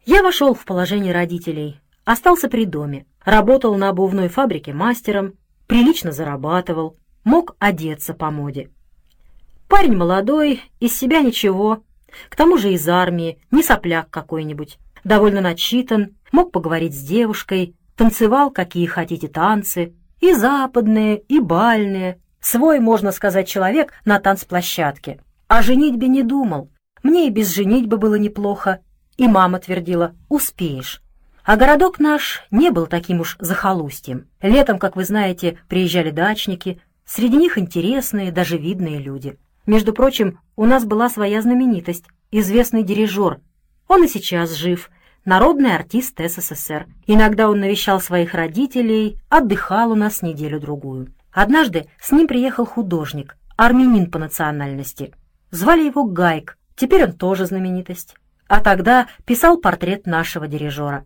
Я вошел в положение родителей, остался при доме, работал на обувной фабрике мастером, прилично зарабатывал, мог одеться по моде. Парень молодой, из себя ничего, к тому же из армии, не сопляк какой-нибудь, довольно начитан, мог поговорить с девушкой, танцевал какие хотите танцы, и западные, и бальные, свой, можно сказать, человек на танцплощадке. О женитьбе не думал, мне и без женитьбы было неплохо, и мама твердила: успеешь. А городок наш не был таким уж захолустьем. Летом, как вы знаете, приезжали дачники, среди них интересные, даже видные люди. Между прочим, у нас была своя знаменитость, известный дирижер. Он и сейчас жив, народный артист СССР. Иногда он навещал своих родителей, отдыхал у нас неделю-другую. Однажды с ним приехал художник, армянин по национальности. Звали его Гайк, теперь он тоже знаменитость. А тогда писал портрет нашего дирижера.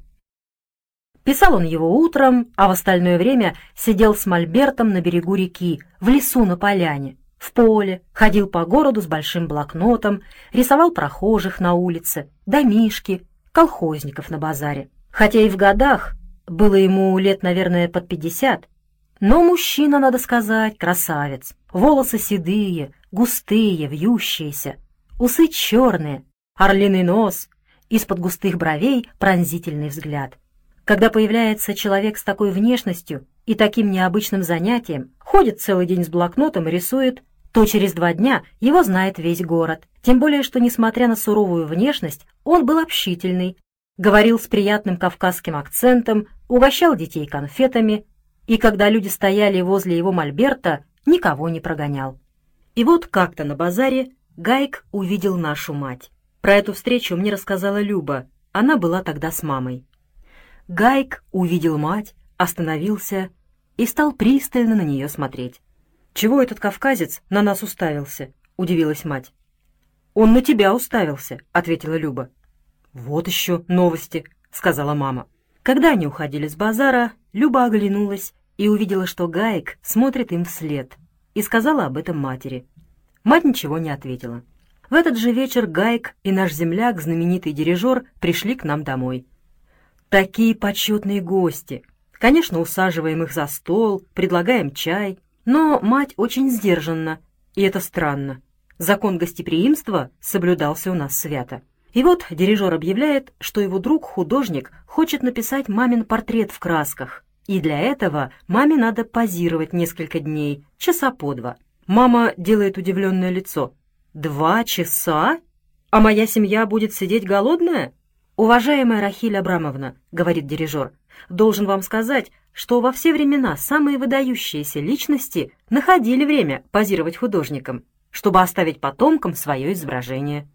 Писал он его утром, а в остальное время сидел с мольбертом на берегу реки, в лесу на поляне, в поле, ходил по городу с большим блокнотом, рисовал прохожих на улице, домишки, колхозников на базаре. Хотя и в годах, было ему лет, наверное, под 50, но мужчина, надо сказать, красавец. Волосы седые, густые, вьющиеся, усы черные, орлиный нос, из-под густых бровей пронзительный взгляд. Когда появляется человек с такой внешностью и таким необычным занятием, ходит целый день с блокнотом и рисует, то через 2 дня его знает весь город. Тем более, что, несмотря на суровую внешность, он был общительный, говорил с приятным кавказским акцентом, угощал детей конфетами, и когда люди стояли возле его мольберта, никого не прогонял. И вот как-то на базаре Гайк увидел нашу мать. Про эту встречу мне рассказала Люба, она была тогда с мамой. Гайк увидел мать, остановился и стал пристально на нее смотреть. «Чего этот кавказец на нас уставился?» — удивилась мать. «Он на тебя уставился», — ответила Люба. «Вот еще новости», — сказала мама. Когда они уходили с базара, Люба оглянулась и увидела, что Гайк смотрит им вслед, и сказала об этом матери. Мать ничего не ответила. В этот же вечер Гайк и наш земляк, знаменитый дирижер, пришли к нам домой. Такие почетные гости. Конечно, усаживаем их за стол, предлагаем чай, но мать очень сдержанна, и это странно. Закон гостеприимства соблюдался у нас свято. И вот дирижер объявляет, что его друг-художник хочет написать мамин портрет в красках, и для этого маме надо позировать несколько дней, часа по 2. Мама делает удивленное лицо. 2 часа? А моя семья будет сидеть голодная? «Уважаемая Рахиль Абрамовна, — говорит дирижер, — должен вам сказать, что во все времена самые выдающиеся личности находили время позировать художникам, чтобы оставить потомкам свое изображение».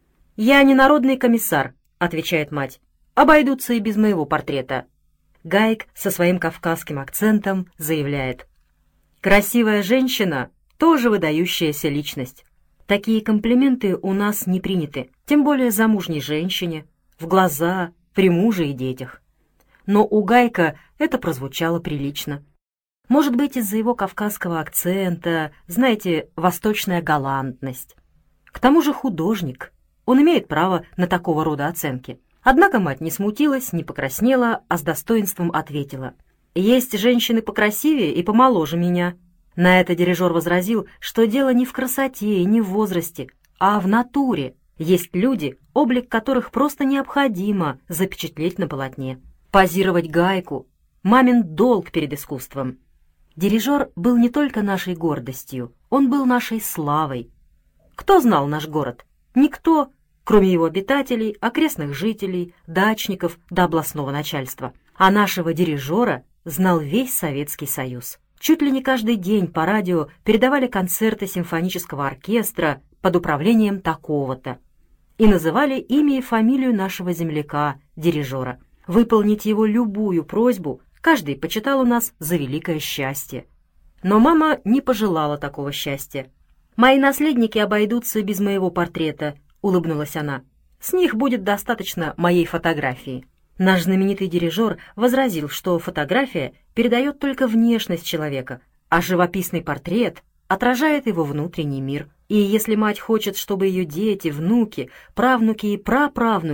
«Я не народный комиссар, — отвечает мать, — обойдутся и без моего портрета». Гайк со своим кавказским акцентом заявляет: «Красивая женщина — тоже выдающаяся личность. Такие комплименты у нас не приняты, тем более замужней женщине, в глаза, при муже и детях». Но у Гайка это прозвучало прилично. Может быть, из-за его кавказского акцента, знаете, восточная галантность. К тому же художник. Он имеет право на такого рода оценки. Однако мать не смутилась, не покраснела, а с достоинством ответила: «Есть женщины покрасивее и помоложе меня». На это дирижер возразил, что дело не в красоте и не в возрасте, а в натуре. Есть люди, облик которых просто необходимо запечатлеть на полотне. Позировать Гайку — мамин долг перед искусством. Дирижер был не только нашей гордостью, он был нашей славой. Кто знал наш город? Никто, кроме его обитателей, окрестных жителей, дачников до областного начальства. А нашего дирижера знал весь Советский Союз. Чуть ли не каждый день по радио передавали концерты симфонического оркестра под управлением такого-то. И называли имя и фамилию нашего земляка, дирижера. Выполнить его любую просьбу каждый почитал у нас за великое счастье. Но мама не пожелала такого счастья. «Мои наследники обойдутся без моего портрета», — улыбнулась она. «С них будет достаточно моей фотографии». Наш знаменитый дирижер возразил, что фотография передает только внешность человека, а живописный портрет отражает его внутренний мир. И если мать хочет, чтобы ее дети, внуки, правнуки и праправнуки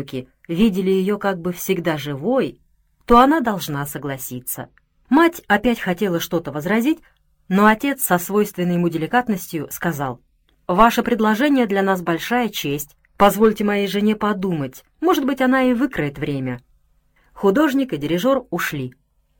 видели ее как бы всегда живой, то она должна согласиться. Мать опять хотела что-то возразить, но отец со свойственной ему деликатностью сказал: «Ваше предложение для нас большая честь. Позвольте моей жене подумать. Может быть, она и выкроет время». Художник и дирижер ушли.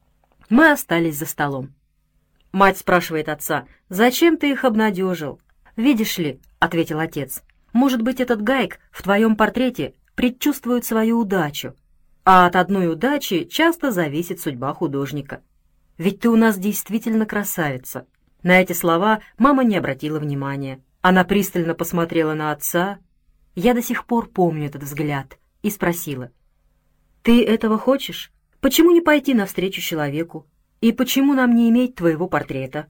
Мы остались за столом. Мать спрашивает отца: «Зачем ты их обнадежил?» «Видишь ли», — ответил отец, «может быть, этот Гайк в твоем портрете предчувствует свою удачу, а от одной удачи часто зависит судьба художника. Ведь ты у нас действительно красавица». На эти слова мама не обратила внимания. Она пристально посмотрела на отца. Я до сих пор помню этот взгляд и спросила: «Ты этого хочешь? Почему не пойти навстречу человеку? И почему нам не иметь твоего портрета?»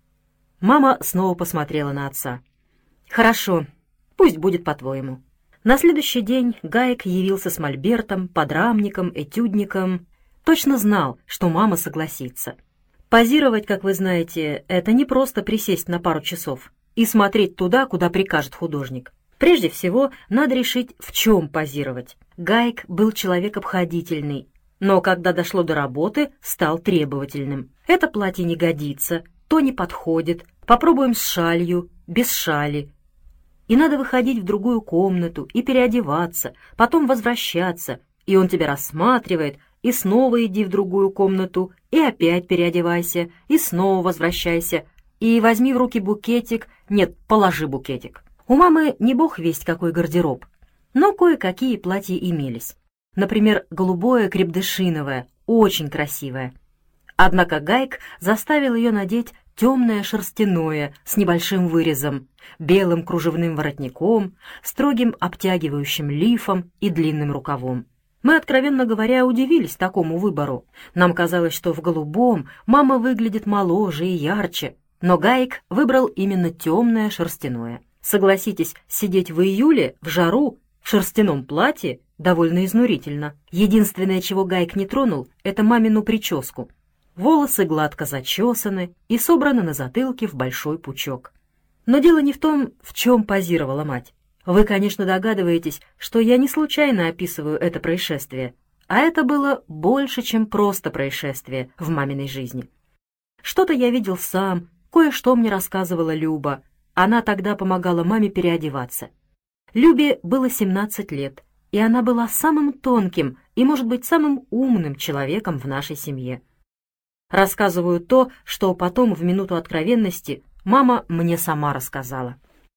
Мама снова посмотрела на отца. «Хорошо, пусть будет по-твоему». На следующий день Гайк явился с мольбертом, подрамником, этюдником. Точно знал, что мама согласится. Позировать, как вы знаете, это не просто присесть на пару часов и смотреть туда, куда прикажет художник. Прежде всего, надо решить, в чем позировать. Гайк был человек обходительный, но когда дошло до работы, стал требовательным. Это платье не годится, то не подходит, попробуем с шалью, без шали. И надо выходить в другую комнату и переодеваться, потом возвращаться, и он тебя рассматривает, и снова иди в другую комнату, и опять переодевайся, и снова возвращайся, и возьми в руки букетик, нет, положи букетик. У мамы не бог весть какой гардероб, но кое-какие платья имелись. Например, голубое крепдышиновое, очень красивое. Однако Гайк заставил ее надеть темное шерстяное с небольшим вырезом, белым кружевным воротником, строгим обтягивающим лифом и длинным рукавом. Мы, откровенно говоря, удивились такому выбору. Нам казалось, что в голубом мама выглядит моложе и ярче, но Гайк выбрал именно темное шерстяное. Согласитесь, сидеть в июле в жару в шерстяном платье довольно изнурительно. Единственное, чего Гайк не тронул, это мамину прическу. Волосы гладко зачесаны и собраны на затылке в большой пучок. Но дело не в том, в чем позировала мать. Вы, конечно, догадываетесь, что я не случайно описываю это происшествие, а это было больше, чем просто происшествие в маминой жизни. Что-то я видел сам, кое-что мне рассказывала Люба. Она тогда помогала маме переодеваться. Любе было 17 лет, и она была самым тонким и, может быть, самым умным человеком в нашей семье. Рассказываю то, что потом, в минуту откровенности, мама мне сама рассказала.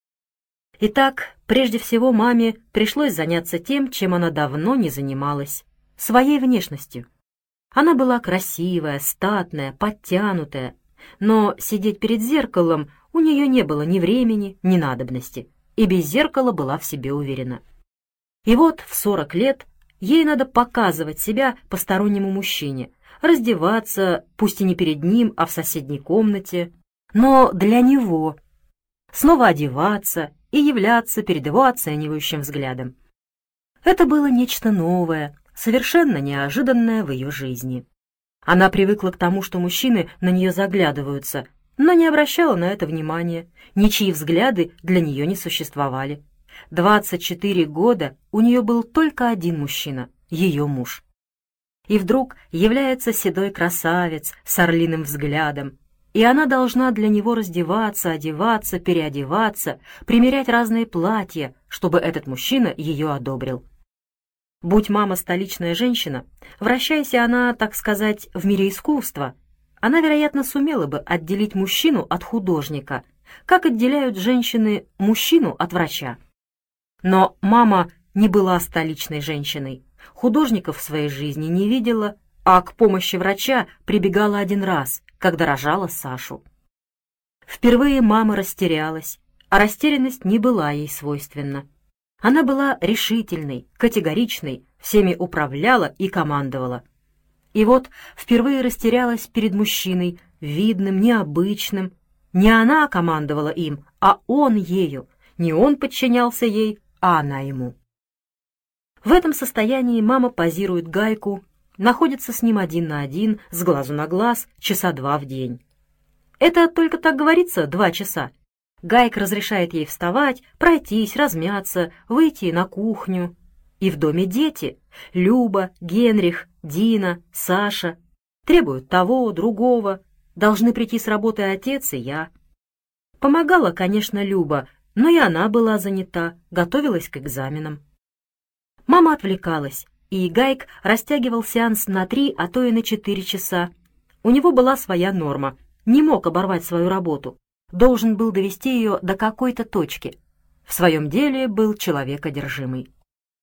Итак, прежде всего маме пришлось заняться тем, чем она давно не занималась — своей внешностью. Она была красивая, статная, подтянутая, но сидеть перед зеркалом у нее не было ни времени, ни надобности, и без зеркала была в себе уверена. И вот в 40 лет ей надо показывать себя постороннему мужчине, раздеваться, пусть и не перед ним, а в соседней комнате, но для него, снова одеваться и являться перед его оценивающим взглядом. Это было нечто новое, совершенно неожиданное в ее жизни. Она привыкла к тому, что мужчины на нее заглядываются, но не обращала на это внимания, ничьи взгляды для нее не существовали. 24 года у нее был только один мужчина — ее муж. И вдруг является седой красавец с орлиным взглядом, и она должна для него раздеваться, одеваться, переодеваться, примерять разные платья, чтобы этот мужчина ее одобрил. Будь мама столичная женщина, вращаясь она, так сказать, в мире искусства, она, вероятно, сумела бы отделить мужчину от художника, как отделяют женщины мужчину от врача. Но мама не была столичной женщиной, художников в своей жизни не видела, а к помощи врача прибегала один раз, когда рожала Сашу. Впервые мама растерялась, а растерянность не была ей свойственна. Она была решительной, категоричной, всеми управляла и командовала. И вот впервые растерялась перед мужчиной, видным, необычным. Не она командовала им, а он ею. Не он подчинялся ей, а она ему. В этом состоянии мама позирует Гайку, находится с ним один на один, с глазу на глаз, часа 2 в день. Это только так говорится 2 часа. Гайк разрешает ей вставать, пройтись, размяться, выйти на кухню. И в доме дети — Люба, Генрих, Дина, Саша. Требуют того, другого. Должны прийти с работы отец и я. Помогала, конечно, Люба, но и она была занята, готовилась к экзаменам. Мама отвлекалась, и Гайк растягивал сеанс на 3, а то и на 4 часа. У него была своя норма, не мог оборвать свою работу, должен был довести ее до какой-то точки. В своем деле был человек одержимый.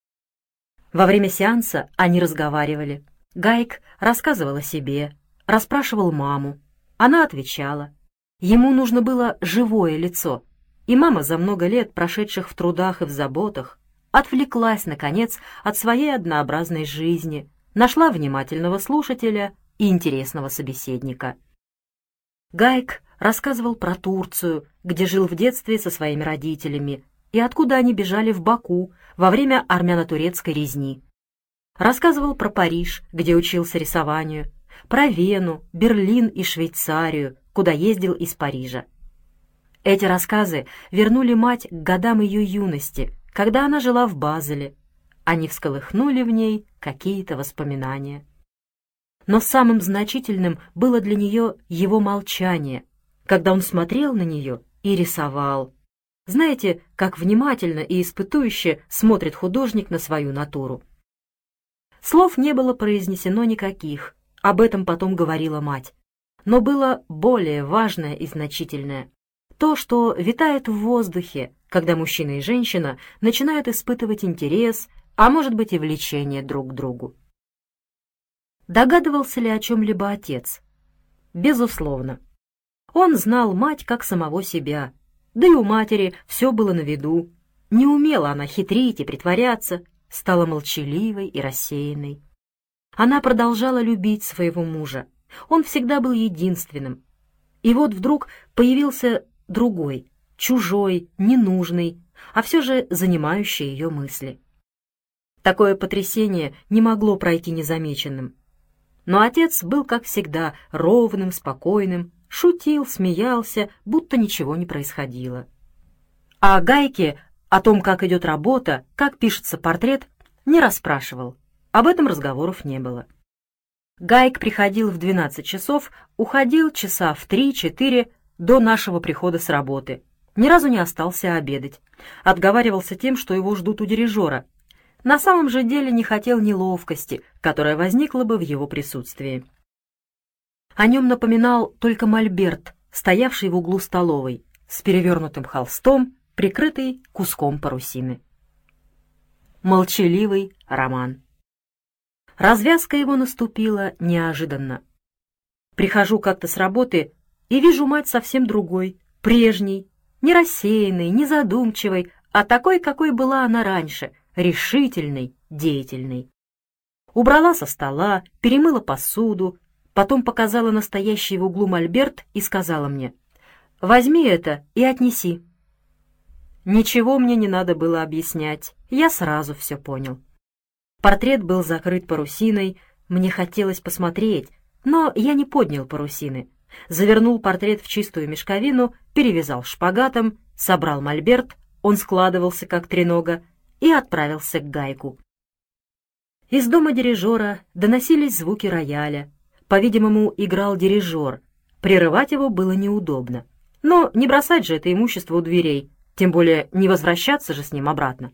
Во время сеанса они разговаривали. Гайк рассказывал о себе, расспрашивал маму. Она отвечала. Ему нужно было живое лицо, и мама за много лет, прошедших в трудах и в заботах, отвлеклась, наконец, от своей однообразной жизни, нашла внимательного слушателя и интересного собеседника. Гайк рассказывал про Турцию, где жил в детстве со своими родителями, и откуда они бежали в Баку во время армяно-турецкой резни. Рассказывал про Париж, где учился рисованию, про Вену, Берлин и Швейцарию, куда ездил из Парижа. Эти рассказы вернули мать к годам ее юности, когда она жила в Базеле. Они всколыхнули в ней какие-то воспоминания. Но самым значительным было для нее его молчание, когда он смотрел на нее и рисовал. Знаете, как внимательно и испытующе смотрит художник на свою натуру. Слов не было произнесено никаких, об этом потом говорила мать. Но было более важное и значительное. То, что витает в воздухе, когда мужчина и женщина начинают испытывать интерес, а может быть и влечение друг к другу. Догадывался ли о чем-либо отец? Безусловно. Он знал мать как самого себя, да и у матери все было на виду. Не умела она хитрить и притворяться, стала молчаливой и рассеянной. Она продолжала любить своего мужа. Он всегда был единственным. И вот вдруг появился другой, чужой, ненужный, а все же занимающий ее мысли. Такое потрясение не могло пройти незамеченным. Но отец был, как всегда, ровным, спокойным, шутил, смеялся, будто ничего не происходило. А о Гайке, о том, как идет работа, как пишется портрет, не расспрашивал. Об этом разговоров не было. Гайк приходил в 12 часов, уходил часа в 3-4 до нашего прихода с работы. Ни разу не остался обедать. Отговаривался тем, что его ждут у дирижера. На самом же деле не хотел неловкости, которая возникла бы в его присутствии. О нем напоминал только мольберт, стоявший в углу столовой, с перевернутым холстом, прикрытый куском парусины. Молчаливый роман. Развязка его наступила неожиданно. Прихожу как-то с работы и вижу мать совсем другой, прежней, не рассеянной, не задумчивой, а такой, какой была она раньше, решительной, деятельной. Убрала со стола, перемыла посуду, потом показала настоящий в углу мольберт и сказала мне: «Возьми это и отнеси». Ничего мне не надо было объяснять, я сразу все понял. Портрет был закрыт парусиной, мне хотелось посмотреть, но я не поднял парусины. Завернул портрет в чистую мешковину, перевязал шпагатом, собрал мольберт, он складывался как тренога, и отправился к Гайку. Из дома дирижера доносились звуки рояля. По-видимому, играл дирижер. Прерывать его было неудобно. Но не бросать же это имущество у дверей, тем более не возвращаться же с ним обратно.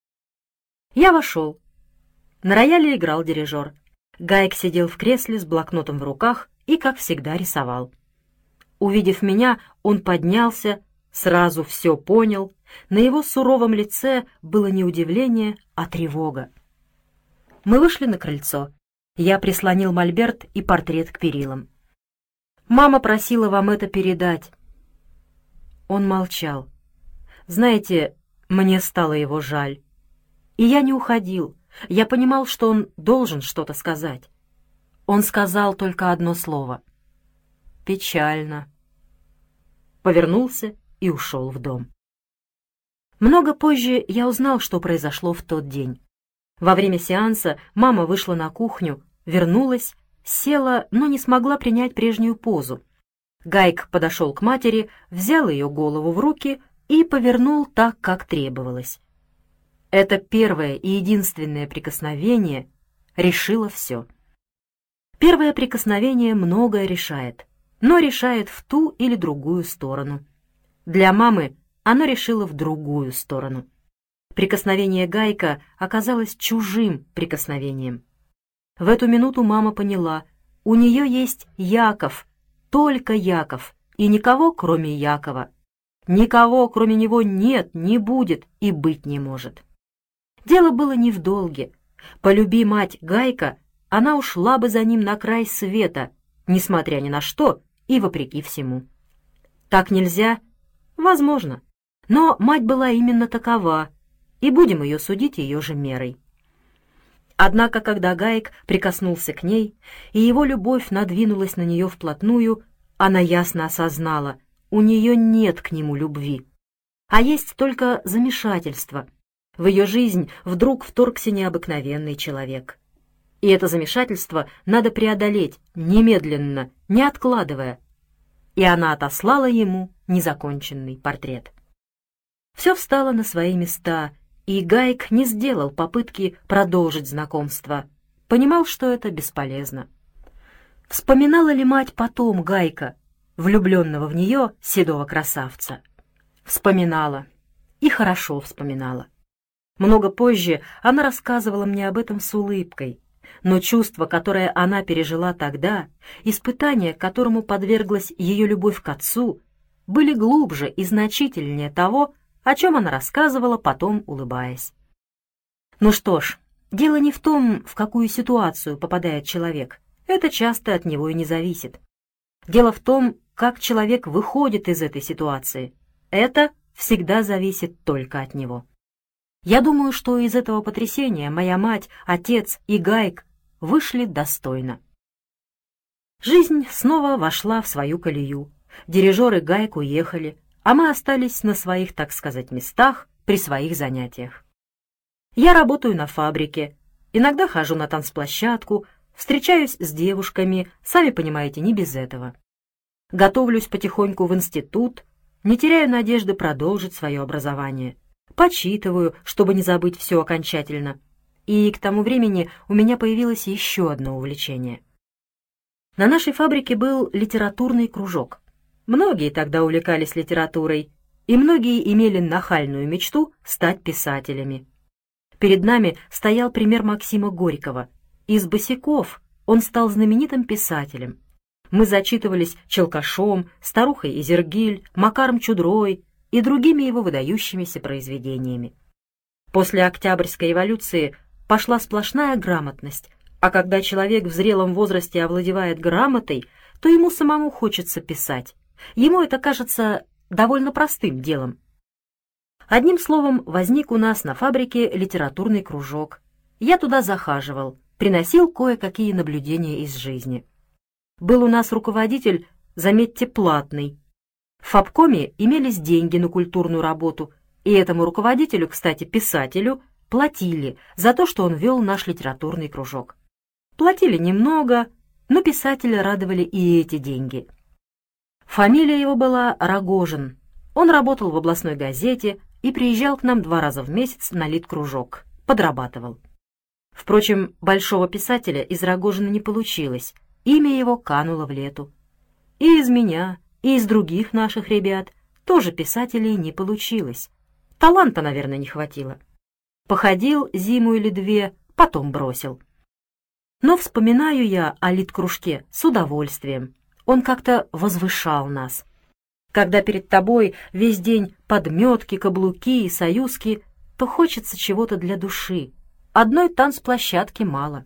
Я вошел. На рояле играл дирижер. Гайк сидел в кресле с блокнотом в руках и, как всегда, рисовал. Увидев меня, он поднялся, сразу все понял. На его суровом лице было не удивление, а тревога. Мы вышли на крыльцо. Я прислонил мольберт и портрет к перилам. «Мама просила вам это передать». Он молчал. Знаете, мне стало его жаль. И я не уходил. Я понимал, что он должен что-то сказать. Он сказал только одно слово. «Печально». Повернулся и ушел в дом. Много позже я узнал, что произошло в тот день. Во время сеанса мама вышла на кухню, вернулась, села, но не смогла принять прежнюю позу. Гайк подошел к матери, взял ее голову в руки и повернул так, как требовалось. Это первое и единственное прикосновение решило все. Первое прикосновение многое решает, но решает в ту или другую сторону. Для мамы оно решило в другую сторону. Прикосновение Гайка оказалось чужим прикосновением. В эту минуту мама поняла, у нее есть Яков, только Яков, и никого, кроме Якова. Никого, кроме него, нет, не будет и быть не может. Дело было не в долге. Полюби мать Гайка, она ушла бы за ним на край света, несмотря ни на что и вопреки всему. Так нельзя? Возможно. Но мать была именно такова, и будем ее судить ее же мерой. Однако, когда Гайк прикоснулся к ней, и его любовь надвинулась на нее вплотную, она ясно осознала, у нее нет к нему любви, а есть только замешательство. В ее жизнь вдруг вторгся необыкновенный человек. И это замешательство надо преодолеть немедленно, не откладывая. И она отослала ему незаконченный портрет. Все встало на свои места, и Гайк не сделал попытки продолжить знакомство. Понимал, что это бесполезно. Вспоминала ли мать потом Гайка, влюбленного в нее седого красавца? Вспоминала. И хорошо вспоминала. Много позже она рассказывала мне об этом с улыбкой, но чувство, которое она пережила тогда, испытание, которому подверглась ее любовь к отцу, были глубже и значительнее того, о чем она рассказывала, потом улыбаясь. Ну что ж, дело не в том, в какую ситуацию попадает человек, это часто от него и не зависит. Дело в том, как человек выходит из этой ситуации, это всегда зависит только от него. Я думаю, что из этого потрясения моя мать, отец и Гайк вышли достойно. Жизнь снова вошла в свою колею. Дирижеры Гайк уехали, а мы остались на своих, так сказать, местах при своих занятиях. Я работаю на фабрике, иногда хожу на танцплощадку, встречаюсь с девушками, сами понимаете, не без этого. Готовлюсь потихоньку в институт, не теряю надежды продолжить свое образование. Почитываю, чтобы не забыть все окончательно. И к тому времени у меня появилось еще одно увлечение. На нашей фабрике был литературный кружок. Многие тогда увлекались литературой, и многие имели нахальную мечту стать писателями. Перед нами стоял пример Максима Горького. Из босяков он стал знаменитым писателем. Мы зачитывались Челкашом, Старухой Изергиль, Макаром Чудрой и другими его выдающимися произведениями. После Октябрьской революции пошла сплошная грамотность, а когда человек в зрелом возрасте овладевает грамотой, то ему самому хочется писать. Ему это кажется довольно простым делом. Одним словом, возник у нас на фабрике литературный кружок. Я туда захаживал, приносил кое-какие наблюдения из жизни. Был у нас руководитель, заметьте, платный. В фабкоме имелись деньги на культурную работу, и этому руководителю, кстати, писателю, платили за то, что он вел наш литературный кружок. Платили немного, но писателя радовали и эти деньги. Фамилия его была Рогожин. Он работал в областной газете и приезжал к нам 2 раза в месяц на литкружок, подрабатывал. Впрочем, большого писателя из Рогожина не получилось, имя его кануло в лету. И из меня, и из других наших ребят тоже писателей не получилось. Таланта, наверное, не хватило. Походил зиму или 2, потом бросил. Но вспоминаю я о литкружке с удовольствием. Он как-то возвышал нас. Когда перед тобой весь день подметки, каблуки и союзки, то хочется чего-то для души. Одной танцплощадки мало.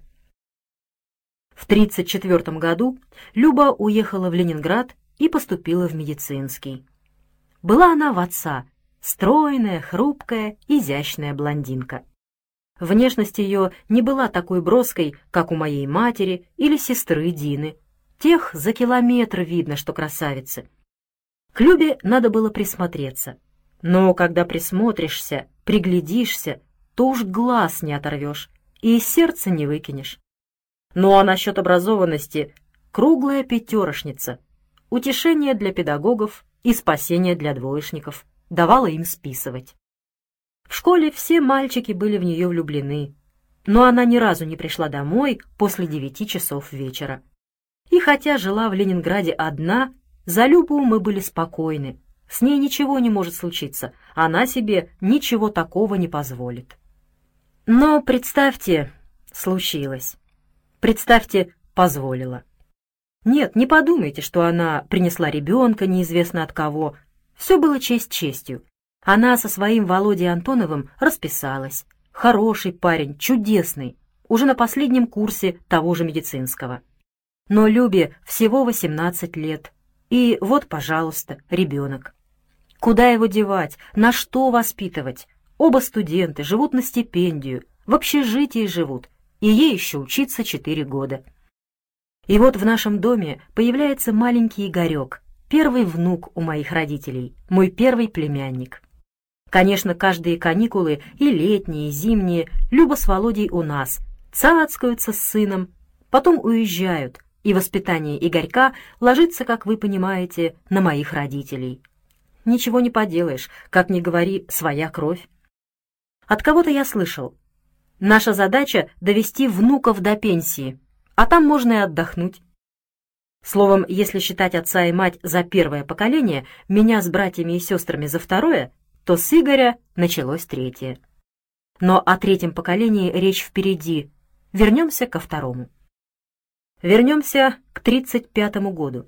В 1934 году Люба уехала в Ленинград и поступила в медицинский. Была она в отца, стройная, хрупкая, изящная блондинка. Внешность ее не была такой броской, как у моей матери или сестры Дины. Тех за километр видно, что красавицы. К Любе надо было присмотреться. Но когда присмотришься, приглядишься, то уж глаз не оторвешь и из сердца не выкинешь. Ну а насчет образованности — круглая пятерошница, утешение для педагогов и спасение для двоечников, давала им списывать. В школе все мальчики были в нее влюблены, но она ни разу не пришла домой после 9 часов вечера. И хотя жила в Ленинграде одна, за Любу мы были спокойны. С ней ничего не может случиться, она себе ничего такого не позволит. Но представьте, случилось. Представьте, позволила. Нет, не подумайте, что она принесла ребенка неизвестно от кого. Все было честь честью. Она со своим Володей Антоновым расписалась. Хороший парень, чудесный, уже на последнем курсе того же медицинского. Но Любе всего 18 лет. И вот, пожалуйста, ребенок. Куда его девать? На что воспитывать? Оба студенты, живут на стипендию, в общежитии живут, и ей еще учиться 4 года. И вот в нашем доме появляется маленький Игорек, первый внук у моих родителей, мой первый племянник. Конечно, каждые каникулы, и летние, и зимние, Люба с Володей у нас, цацкаются с сыном, потом уезжают, и воспитание Игорька ложится, как вы понимаете, на моих родителей. Ничего не поделаешь, как ни говори, своя кровь. От кого-то я слышал: наша задача — довести внуков до пенсии, а там можно и отдохнуть. Словом, если считать отца и мать за первое поколение, меня с братьями и сестрами за второе, то с Игоря началось третье. Но о третьем поколении речь впереди. Вернемся ко второму. Вернемся к 35-му году.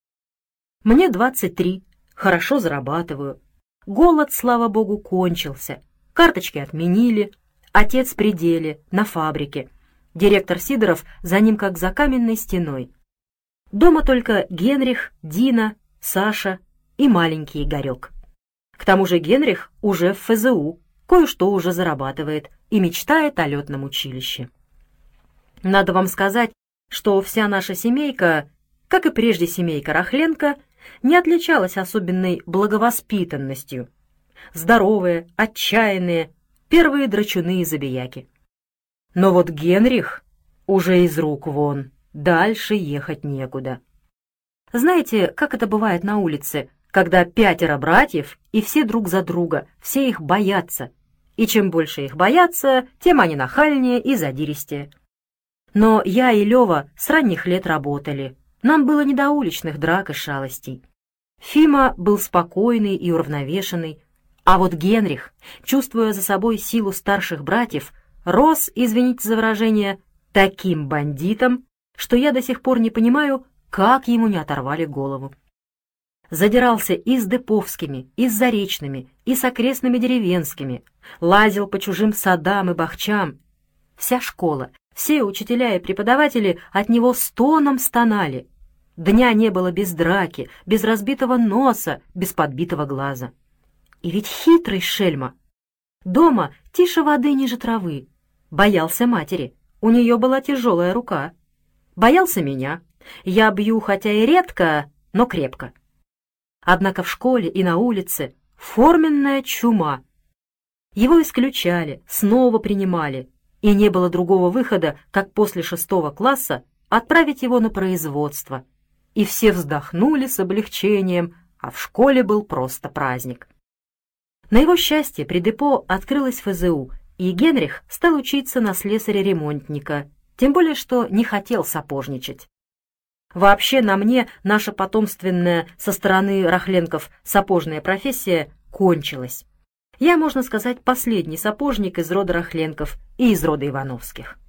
Мне 23, хорошо зарабатываю. Голод, слава богу, кончился. Карточки отменили. Отец при деле, на фабрике. Директор Сидоров за ним как за каменной стеной. Дома только Генрих, Дина, Саша и маленький Игорек. К тому же Генрих уже в ФЗУ, кое-что уже зарабатывает и мечтает о летном училище. Надо вам сказать, что вся наша семейка, как и прежде семейка Рахленко, не отличалась особенной благовоспитанностью. Здоровые, отчаянные, первые драчуны и забияки. Но вот Генрих уже из рук вон, дальше ехать некуда. Знаете, как это бывает на улице, когда 5 братьев, и все друг за друга, все их боятся. И чем больше их боятся, тем они нахальнее и задиристее. Но я и Лёва с ранних лет работали. Нам было не до уличных драк и шалостей. Фима был спокойный и уравновешенный, а вот Генрих, чувствуя за собой силу старших братьев, рос, извините за выражение, таким бандитом, что я до сих пор не понимаю, как ему не оторвали голову. Задирался и с деповскими, и с заречными, и с окрестными деревенскими, лазил по чужим садам и бахчам. Вся школа, все учителя и преподаватели от него стоном стонали. Дня не было без драки, без разбитого носа, без подбитого глаза. И ведь хитрый шельма. Дома тише воды ниже травы. Боялся матери, у нее была тяжелая рука. Боялся меня. Я бью, хотя и редко, но крепко. Однако в школе и на улице форменная чума. Его исключали, снова принимали, и не было другого выхода, как после 6 класса отправить его на производство. И все вздохнули с облегчением, а в школе был просто праздник. На его счастье при депо открылась ФЗУ, и Генрих стал учиться на слесаря-ремонтника, тем более что не хотел сапожничать. Вообще на мне наша потомственная со стороны Рахленков сапожная профессия кончилась. Я, можно сказать, последний сапожник из рода Рахленков и из рода Ивановских.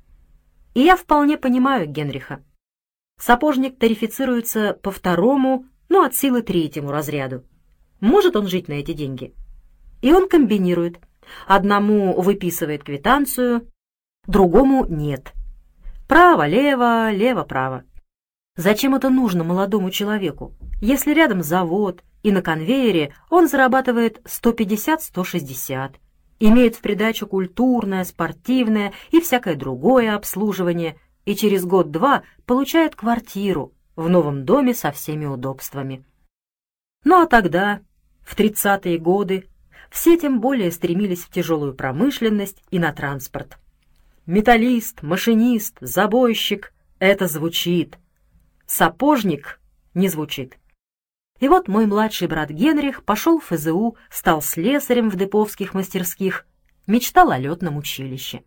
И я вполне понимаю Генриха. Сапожник тарифицируется по 2-му, ну от силы 3-му разряду. Может он жить на эти деньги? И он комбинирует. Одному выписывает квитанцию, другому нет. Право-лево, лево-право. Зачем это нужно молодому человеку, если рядом завод, и на конвейере он зарабатывает 150-160, имеет в придачу культурное, спортивное и всякое другое обслуживание, и через год-два получает квартиру в новом доме со всеми удобствами. Ну а тогда, в 30-е годы, все тем более стремились в тяжелую промышленность и на транспорт. Металлист, машинист, забойщик — это звучит. Сапожник не звучит. И вот мой младший брат Генрих пошел в ФЗУ, стал слесарем в деповских мастерских мечтал о летном училище.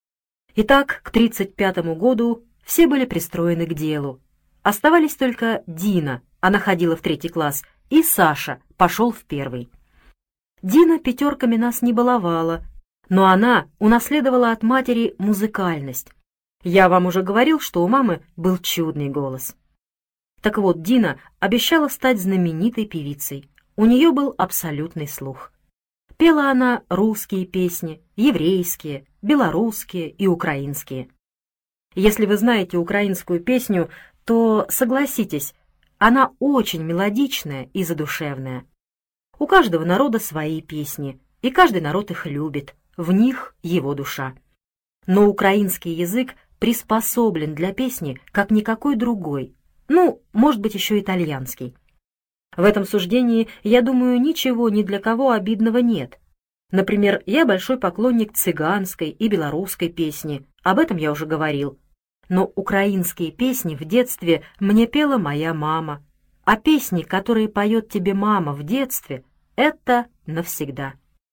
Итак, к 1935 году все были пристроены к делу. Оставались только Дина, она ходила в 3 класс, и Саша пошел в 1. Дина пятерками нас не баловала, но она унаследовала от матери музыкальность. Я вам уже говорил, что у мамы был чудный голос. Так вот, Дина обещала стать знаменитой певицей. У нее был абсолютный слух. Пела она русские песни, еврейские, белорусские и украинские. Если вы знаете украинскую песню, то, согласитесь, она очень мелодичная и задушевная. У каждого народа свои песни, и каждый народ их любит, в них его душа. Но украинский язык приспособлен для песни, как никакой другой, может быть, еще итальянский. В этом суждении, я думаю, ничего ни для кого обидного нет. Например, я большой поклонник цыганской и белорусской песни, об этом я уже говорил. Но украинские песни в детстве мне пела моя мама, а песни, которые поет тебе мама в детстве, это навсегда.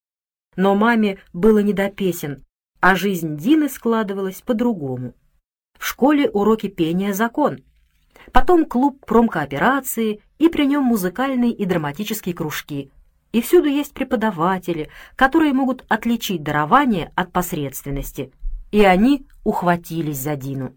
Но маме было не до песен, а жизнь Дины складывалась по-другому. В школе уроки пения — закон. Потом клуб промкооперации, и при нем музыкальные и драматические кружки. И всюду есть преподаватели, которые могут отличить дарование от посредственности. И они ухватились за Дину.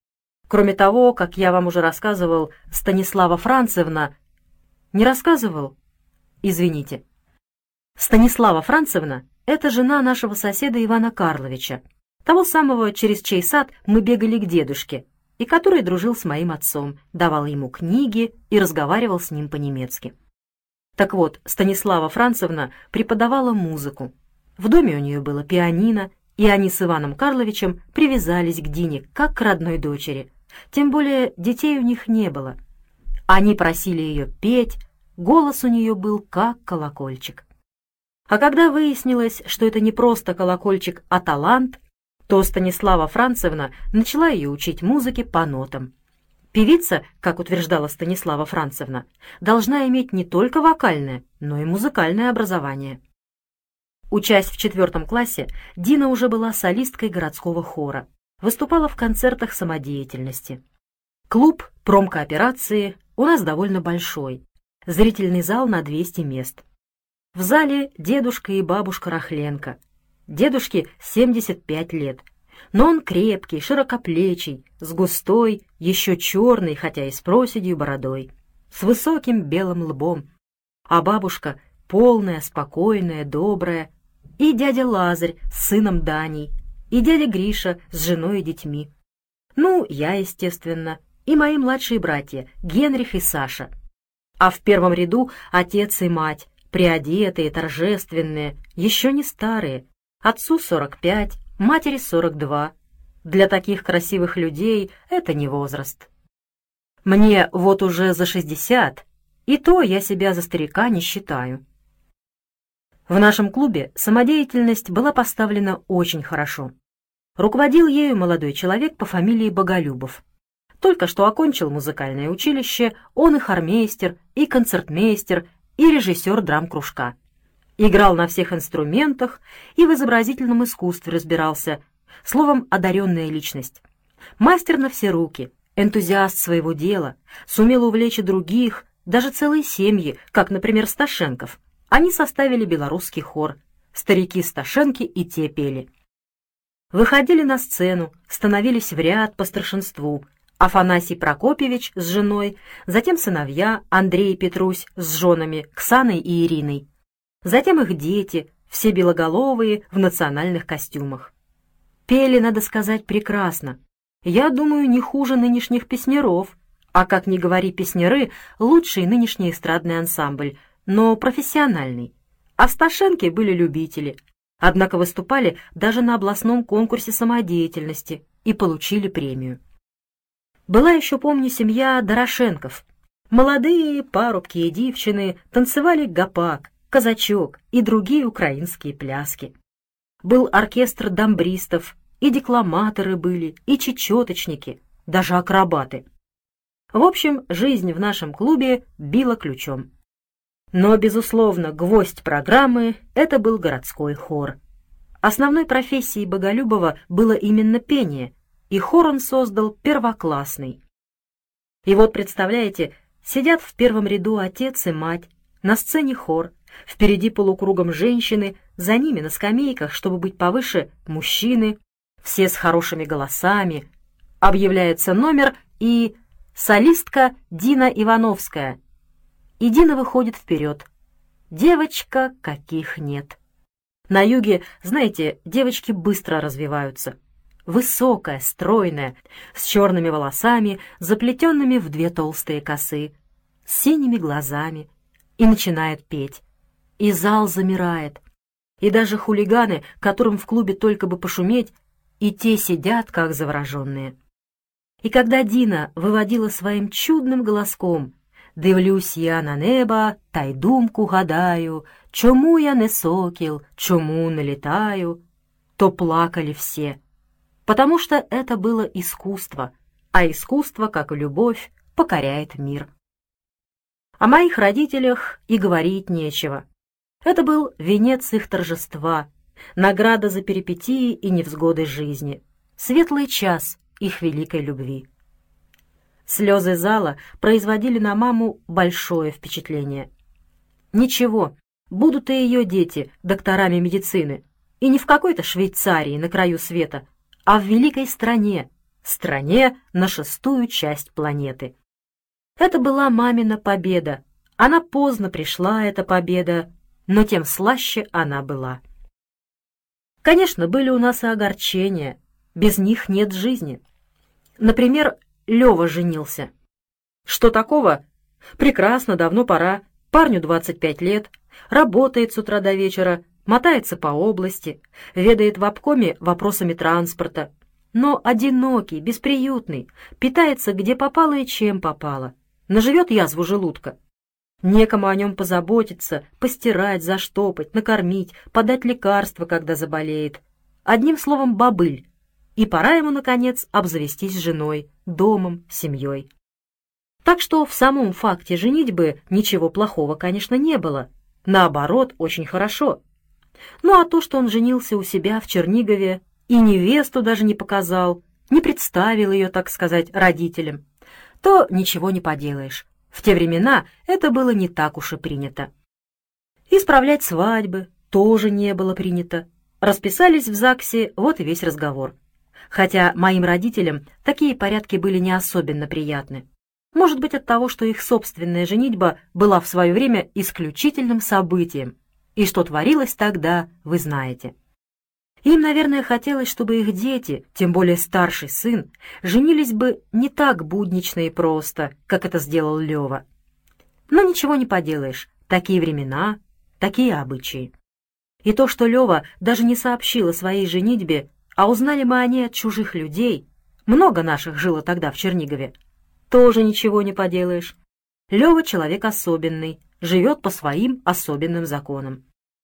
Кроме того, как я вам уже рассказывал, Станислава Францевна... Не рассказывал? Извините. Станислава Францевна — это жена нашего соседа Ивана Карловича, того самого, через чей сад мы бегали к дедушке, и который дружил с моим отцом, давал ему книги и разговаривал с ним по-немецки. Так вот, Станислава Францевна преподавала музыку. В доме у нее было пианино, и они с Иваном Карловичем привязались к Дине, как к родной дочери. Тем более детей у них не было. Они просили ее петь, голос у нее был как колокольчик. А когда выяснилось, что это не просто колокольчик, а талант, то Станислава Францевна начала ее учить музыке по нотам. Певица, как утверждала Станислава Францевна, должна иметь не только вокальное, но и музыкальное образование. Учась в 4 классе, Дина уже была солисткой городского хора, выступала в концертах самодеятельности. Клуб промкооперации у нас довольно большой, зрительный зал на 200 мест. В зале дедушка и бабушка Рахленко. Дедушке 75 лет, но он крепкий, широкоплечий, с густой, еще черной, хотя и с проседью бородой, с высоким белым лбом, а бабушка полная, спокойная, добрая, и дядя Лазарь с сыном Даней, и дядя Гриша с женой и детьми. Я, естественно, и мои младшие братья Генрих и Саша. А в первом ряду отец и мать, приодетые, торжественные, еще не старые, отцу 45, матери 42. Для таких красивых людей это не возраст. Мне вот уже за 60, и то я себя за старика не считаю. В нашем клубе самодеятельность была поставлена очень хорошо. Руководил ею молодой человек по фамилии Боголюбов. Только что окончил музыкальное училище, он и хормейстер, и концертмейстер, и режиссер драм-кружка. Играл на всех инструментах и в изобразительном искусстве разбирался, словом, одаренная личность. Мастер на все руки, энтузиаст своего дела, сумел увлечь и других, даже целые семьи, как, например, Сташенков. Они составили белорусский хор. Старики Сташенки и те пели. Выходили на сцену, становились в ряд по старшинству. Афанасий Прокопьевич с женой, затем сыновья Андрей и Петрусь с женами Ксаной и Ириной. Затем их дети, все белоголовые в национальных костюмах. Пели, надо сказать, прекрасно. Я думаю, не хуже нынешних песняров. А как ни говори песняры, лучший нынешний эстрадный ансамбль, но профессиональный. А Сташенки были любители. Однако выступали даже на областном конкурсе самодеятельности и получили премию. Была еще, помню, семья Дорошенков. Молодые парубки и девчины танцевали гопак, казачок и другие украинские пляски. Был оркестр дамбристов, и декламаторы были, и чечеточники, даже акробаты. В общем, жизнь в нашем клубе била ключом. Но, безусловно, гвоздь программы — это был городской хор. Основной профессией Боголюбова было именно пение, и хор он создал первоклассный. И вот, представляете, сидят в первом ряду отец и мать, на сцене хор, впереди полукругом женщины, за ними на скамейках, чтобы быть повыше, мужчины, все с хорошими голосами. Объявляется номер, и солистка Дина Ивановская. И Дина выходит вперед. Девочка, каких нет. На юге, знаете, девочки быстро развиваются. Высокая, стройная, с черными волосами, заплетенными в две толстые косы, с синими глазами, и начинает петь. И зал замирает. И даже хулиганы, которым в клубе только бы пошуметь, и те сидят, как завороженные. И когда Дина выводила своим чудным голоском «Дивлюсь я на небо, та й думку гадаю, чому я не сокіл, чому не літаю», то плакали все, потому что это было искусство, а искусство, как и любовь, покоряет мир. О моих родителях и говорить нечего. Это был венец их торжества, награда за перипетии и невзгоды жизни, светлый час их великой любви. Слезы зала производили на маму большое впечатление. Ничего, будут и ее дети докторами медицины, и не в какой-то Швейцарии на краю света, а в великой стране, стране на 6-ю часть планеты. Это была мамина победа. Она поздно пришла, эта победа, но тем слаще она была. Конечно, были у нас и огорчения, без них нет жизни. Например, Лёва женился. Что такого? Прекрасно, давно пора. Парню 25 лет, работает с утра до вечера, мотается по области, ведает в обкоме вопросами транспорта, но одинокий, бесприютный, питается где попало и чем попало, наживет язву желудка. Некому о нем позаботиться, постирать, заштопать, накормить, подать лекарства, когда заболеет. Одним словом, бобыль. И пора ему, наконец, обзавестись женой, домом, семьей. Так что в самом факте женитьбы ничего плохого, конечно, не было. Наоборот, очень хорошо. Ну а то, что он женился у себя в Чернигове и невесту даже не показал, не представил ее, так сказать, родителям, то ничего не поделаешь. В те времена это было не так уж и принято. Исправлять свадьбы тоже не было принято. Расписались в ЗАГСе, вот и весь разговор. Хотя моим родителям такие порядки были не особенно приятны. Может быть, от того, что их собственная женитьба была в свое время исключительным событием, и что творилось тогда, вы знаете. Им, наверное, хотелось, чтобы их дети, тем более старший сын, женились бы не так буднично и просто, как это сделал Лёва. Но ничего не поделаешь, такие времена, такие обычаи. И то, что Лёва даже не сообщил о своей женитьбе, а узнали мы о ней от чужих людей, много наших жило тогда в Чернигове, тоже ничего не поделаешь. Лёва человек особенный, живет по своим особенным законам.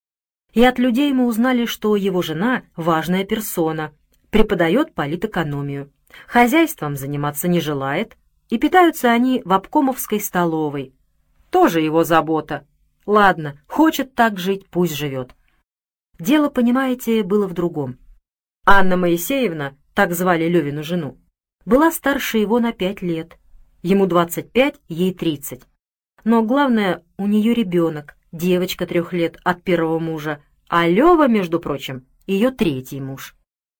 И от людей мы узнали, что его жена — важная персона, преподает политэкономию, хозяйством заниматься не желает, и питаются они в обкомовской столовой. Тоже его забота. Ладно, хочет так жить, пусть живет. Дело, понимаете, было в другом. Анна Моисеевна, так звали Левину жену, была старше его на 5 лет. Ему 25, ей 30. Но главное, у нее ребенок, девочка 3 лет от первого мужа, а Лева, между прочим, ее 3-й муж.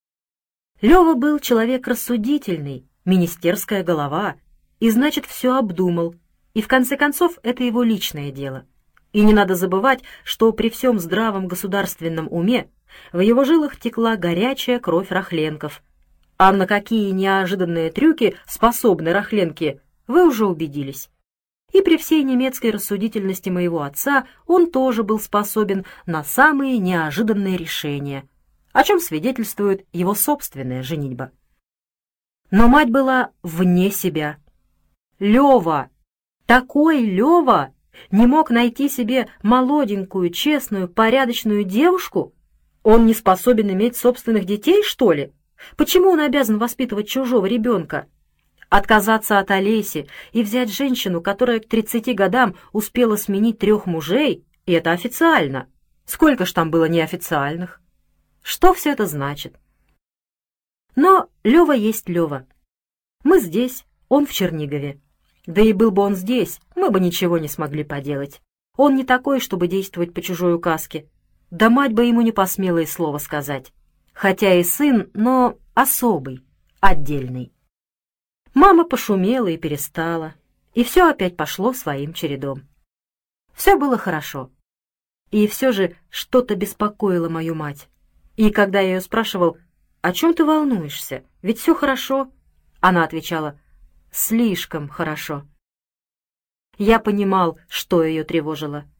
Лева был человек рассудительный, министерская голова, и, значит, все обдумал, и в конце концов это его личное дело. И не надо забывать, что при всем здравом государственном уме в его жилах текла горячая кровь Рахленков. А на какие неожиданные трюки способны Рахленки, вы уже убедились. И при всей немецкой рассудительности моего отца он тоже был способен на самые неожиданные решения, о чем свидетельствует его собственная женитьба. Но мать была вне себя. Лева, такой Лева, не мог найти себе молоденькую, честную, порядочную девушку? Он не способен иметь собственных детей, что ли? Почему он обязан воспитывать чужого ребенка? Отказаться от Олеси и взять женщину, которая к 30 годам успела сменить 3 мужей, и это официально. Сколько ж там было неофициальных? Что все это значит? Но Лёва есть Лёва. Мы здесь, он в Чернигове. Да и был бы он здесь, мы бы ничего не смогли поделать. Он не такой, чтобы действовать по чужой указке. Да мать бы ему не посмела и слова сказать. Хотя и сын, но особый, отдельный. Мама пошумела и перестала, и все опять пошло своим чередом. Все было хорошо. И все же что-то беспокоило мою мать. И когда я ее спрашивал, «О чем ты волнуешься? Ведь все хорошо», она отвечала, «Слишком хорошо». Я понимал, что ее тревожило.